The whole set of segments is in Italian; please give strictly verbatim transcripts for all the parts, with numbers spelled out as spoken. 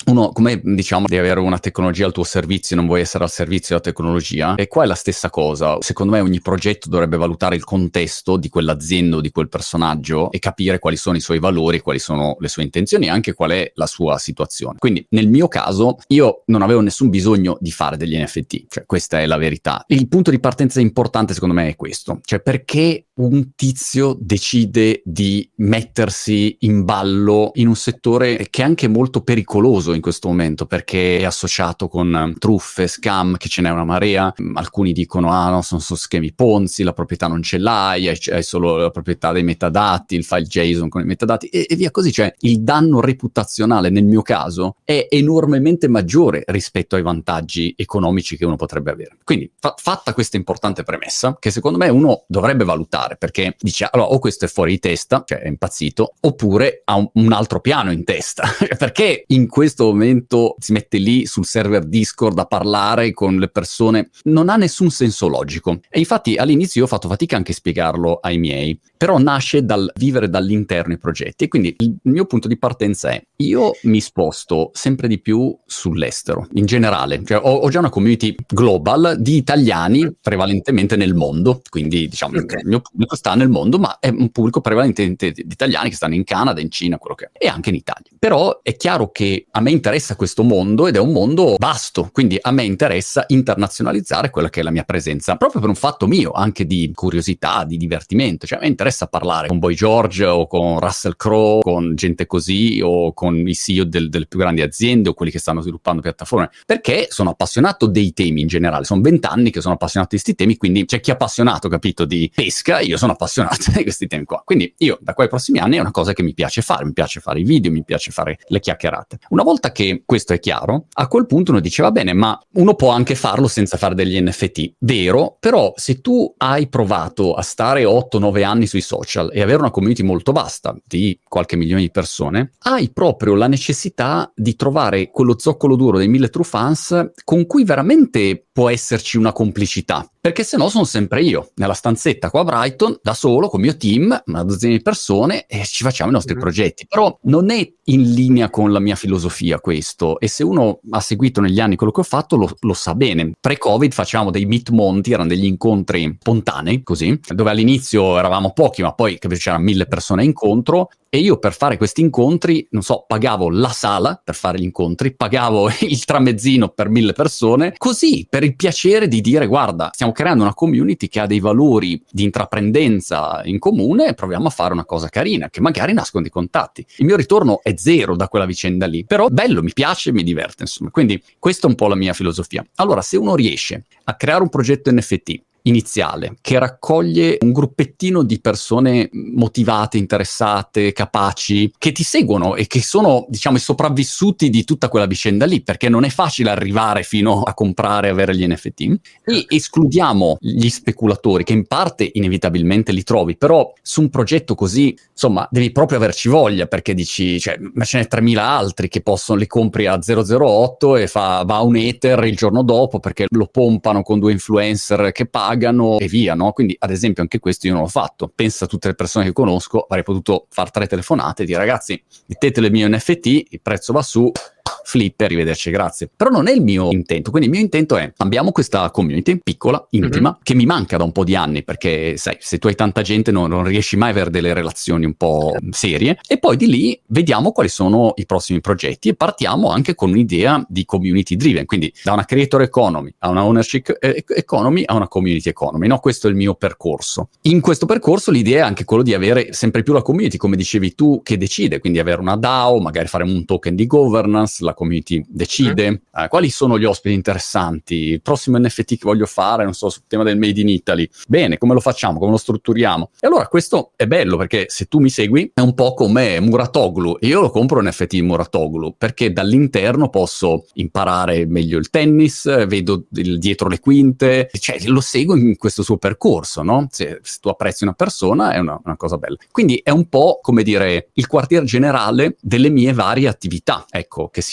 uno, come diciamo, devi avere una tecnologia al tuo servizio, non vuoi essere al servizio della tecnologia, e qua è la stessa cosa. Secondo me ogni progetto dovrebbe valutare il contesto di quell'azienda o di quel personaggio e capire quali sono i suoi valori, quali sono le sue intenzioni e anche qual è la sua situazione. Quindi nel mio caso io non avevo nessun bisogno di fare degli N F T, cioè questa è la verità. Il punto di partenza importante secondo me è questo, cioè perché un tizio decide di mettersi in ballo in un settore che è anche molto pericoloso in questo momento, perché è associato con truffe, scam, che ce n'è una marea. Alcuni dicono ah no, sono, sono schemi Ponzi, la proprietà non ce l'hai, hai, hai solo la proprietà dei metadati, il file JSON con i metadati e, e via così. Cioè il danno reputazionale nel mio caso è enormemente maggiore rispetto ai vantaggi economici che uno potrebbe avere. Quindi fa- fatta questa importante premessa, che secondo me uno dovrebbe valutare, perché dice allora o questo è fuori di testa, cioè è impazzito, oppure ha un, un altro piano in testa perché in questo momento si mette lì sul server Discord a parlare con le persone, non ha nessun senso logico. E infatti all'inizio io ho fatto fatica anche a spiegarlo ai miei, però nasce dal vivere dall'interno i progetti, e quindi il mio punto di partenza è io mi sposto sempre di più sull'estero in generale, cioè ho, ho già una community global di italiani prevalentemente nel mondo, quindi diciamo okay. Il mio pubblico sta nel mondo, ma è un pubblico prevalentemente di italiani che stanno in Canada, in Cina, quello che è, e anche in Italia. Però è chiaro che a me interessa questo mondo ed è un mondo vasto, quindi a me interessa internazionalizzare quella che è la mia presenza, proprio per un fatto mio, anche di curiosità, di divertimento. Cioè a me interessa parlare con Boy George o con Russell Crowe, con gente così, o con i C E O del, delle più grandi aziende o quelli che stanno sviluppando piattaforme, perché sono appassionato dei temi in generale. Sono vent'anni che sono appassionato di questi temi, quindi c'è chi è appassionato, capito, di pesca, io sono appassionato di questi temi qua. Quindi io da qua ai prossimi anni è una cosa che mi piace fare, mi piace fare i video, mi piace fare le chiacchierate. Una volta che questo è chiaro, a quel punto uno dice va bene, ma uno può anche farlo senza fare degli N F T, vero? Però se tu hai provato a stare otto nove anni sui social e avere una community molto vasta di qualche milione di persone, hai proprio la necessità di trovare quello zoccolo duro dei mille true fans con cui veramente può esserci una complicità, perché se no sono sempre io nella stanzetta qua a Brighton da solo con il mio team, una dozzina di persone, e ci facciamo i nostri mm-hmm. progetti. Però non è in linea con la mia filosofia questo, e se uno ha seguito negli anni quello che ho fatto lo, lo sa bene. Pre-Covid facciamo dei meet monti, erano degli incontri spontanei così, dove all'inizio eravamo pochi ma poi c'erano mille persone a incontro, e io per fare questi incontri, non so, pagavo la sala per fare gli incontri, pagavo il tramezzino per mille persone, così per il piacere di dire guarda, stiamo creando una community che ha dei valori di intraprendenza in comune e proviamo a fare una cosa carina, che magari nascono dei contatti. Il mio ritorno è zero da quella vicenda lì, però bello, mi piace, mi diverte, insomma. Quindi questa è un po' la mia filosofia. Allora, se uno riesce a creare un progetto N F T iniziale che raccoglie un gruppettino di persone motivate, interessate, capaci, che ti seguono e che sono, diciamo, i sopravvissuti di tutta quella vicenda lì, perché non è facile arrivare fino a comprare e avere gli N F T, e escludiamo gli speculatori, che in parte inevitabilmente li trovi, però su un progetto così, insomma, devi proprio averci voglia, perché dici, cioè, ma ce n'è tremila altri che possono, li compri a zero zero otto e fa, va un Ether il giorno dopo perché lo pompano con due influencer che pagano e via, no? Quindi ad esempio anche questo io non l'ho fatto. Pensa a tutte le persone che conosco, avrei potuto fare tre telefonate e dire ragazzi, mettete le mie N F T, il prezzo va su, flip, arrivederci, grazie. Però non è il mio intento, quindi il mio intento è, abbiamo questa community piccola, intima, mm-hmm. che mi manca da un po' di anni, perché sai, se tu hai tanta gente non, non riesci mai a avere delle relazioni un po' serie, e poi di lì vediamo quali sono i prossimi progetti e partiamo anche con un'idea di community driven, quindi da una creator economy a una ownership economy a una community economy, no? Questo è il mio percorso. In questo percorso l'idea è anche quello di avere sempre più la community, come dicevi tu, che decide, quindi avere una DAO, magari fare un token di governance, la community decide mm. eh, quali sono gli ospiti interessanti, il prossimo N F T che voglio fare, non so, sul tema del Made in Italy, bene, come lo facciamo, come lo strutturiamo? E allora questo è bello, perché se tu mi segui è un po' come Muratoglu, io lo compro un N F T di Muratoglu perché dall'interno posso imparare meglio il tennis, vedo il, dietro le quinte, cioè lo seguo in questo suo percorso, no? Se, se tu apprezzi una persona è una, una cosa bella. Quindi è un po' come dire il quartier generale delle mie varie attività, ecco, che sia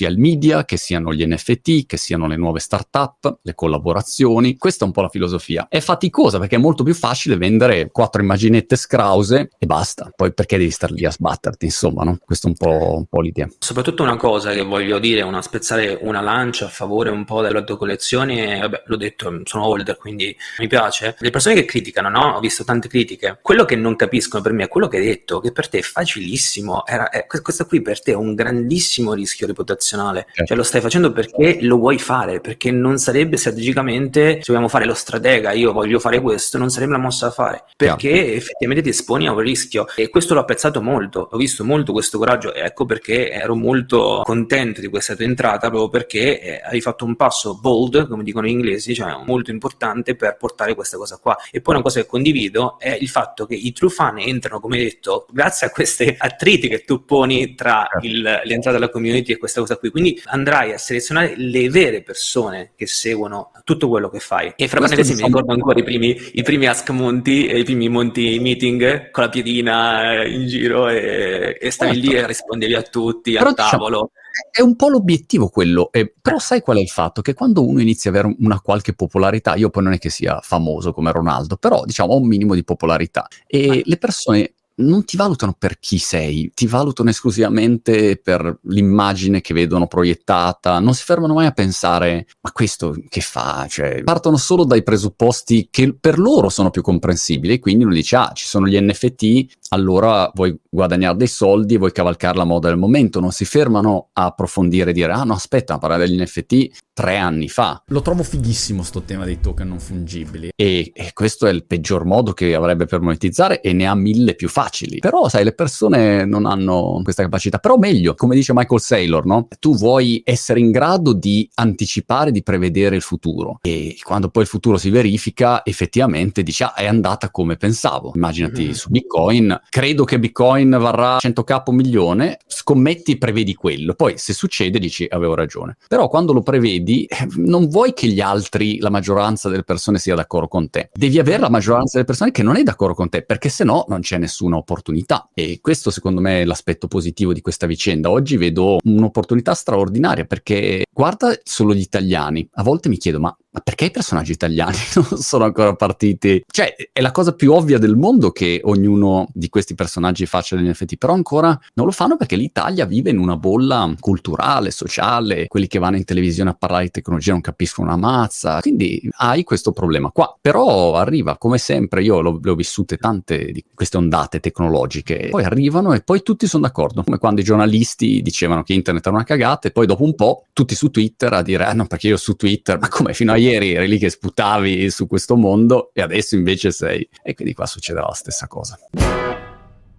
il media, che siano gli N F T, che siano le nuove startup, le collaborazioni. Questa è un po' la filosofia. È faticosa perché è molto più facile vendere quattro immaginette scrause e basta. Poi perché devi star lì a sbatterti, insomma, no? Questo è un po', un po' l'idea. Soprattutto una cosa che voglio dire, una spezzare una lancia a favore un po' delle collezioni, e vabbè, l'ho detto, sono holder, quindi mi piace. Le persone che criticano, no? Ho visto tante critiche. Quello che non capiscono per me è quello che hai detto, che per te è facilissimo. Era, è, questo qui per te è un grandissimo rischio reputazionale. Okay. Cioè lo stai facendo perché lo vuoi fare, perché non sarebbe strategicamente, se vogliamo fare lo stratega, io voglio fare questo, non sarebbe la mossa da fare, perché yeah. effettivamente ti esponi a un rischio, e questo l'ho apprezzato molto, ho visto molto questo coraggio, e ecco perché ero molto contento di questa tua entrata, proprio perché eh, hai fatto un passo bold, come dicono gli inglesi, cioè molto importante per portare questa cosa qua. E poi una cosa che condivido è il fatto che i true fan entrano, come hai detto, grazie a queste attriti che tu poni tra il, l'entrata della community e questa cosa qui, quindi andrai a selezionare le vere persone che seguono tutto quello che fai. E fra parentesi mi ricordo ancora i primi, i primi Ask Monty, i primi Monty meeting con la piedina in giro, e, e stavi certo. lì e rispondevi a tutti Però a tavolo. Diciamo, è un po' l'obiettivo quello, eh, però sai qual è il fatto? Che quando uno inizia ad avere una qualche popolarità, io poi non è che sia famoso come Ronaldo, però diciamo ho un minimo di popolarità, e ah. le persone non ti valutano per chi sei, ti valutano esclusivamente per l'immagine che vedono proiettata, non si fermano mai a pensare ma questo che fa? Cioè, partono solo dai presupposti che per loro sono più comprensibili, e quindi uno dice ah, ci sono gli N F T, allora vuoi guadagnare dei soldi e vuoi cavalcare la moda del momento, non si fermano a approfondire e dire ah no aspetta, parlare degli N F T tre anni fa. Lo trovo fighissimo sto tema dei token non fungibili, e, e questo è il peggior modo che avrebbe per monetizzare, e ne ha mille più facili. Però sai, le persone non hanno questa capacità. Però meglio, come dice Michael Saylor, no? Tu vuoi essere in grado di anticipare, di prevedere il futuro, e quando poi il futuro si verifica effettivamente dici ah, è andata come pensavo. Immaginati mm-hmm. su Bitcoin, credo che Bitcoin varrà cento k un milione, scommetti e prevedi quello, poi se succede dici avevo ragione. Però quando lo prevedi non vuoi che gli altri, la maggioranza delle persone sia d'accordo con te, devi avere la maggioranza delle persone che non è d'accordo con te, perché se no non c'è nessuna opportunità. E questo secondo me è l'aspetto positivo di questa vicenda. Oggi vedo un'opportunità straordinaria, perché guarda solo gli italiani, a volte mi chiedo ma ma perché i personaggi italiani non sono ancora partiti? Cioè, è la cosa più ovvia del mondo che ognuno di questi personaggi faccia degli N F T, però ancora non lo fanno perché l'Italia vive in una bolla culturale, sociale, quelli che vanno in televisione a parlare di tecnologia non capiscono una mazza, quindi hai questo problema qua. Però arriva, come sempre, io l'ho, le ho vissute tante di queste ondate tecnologiche, poi arrivano e poi tutti sono d'accordo, come quando i giornalisti dicevano che internet era una cagata, e poi dopo un po' tutti su Twitter a dire ah no, perché io su Twitter, ma come fino a ieri eri lì che sputavi su questo mondo e adesso invece sei, e quindi qua succederà la stessa cosa.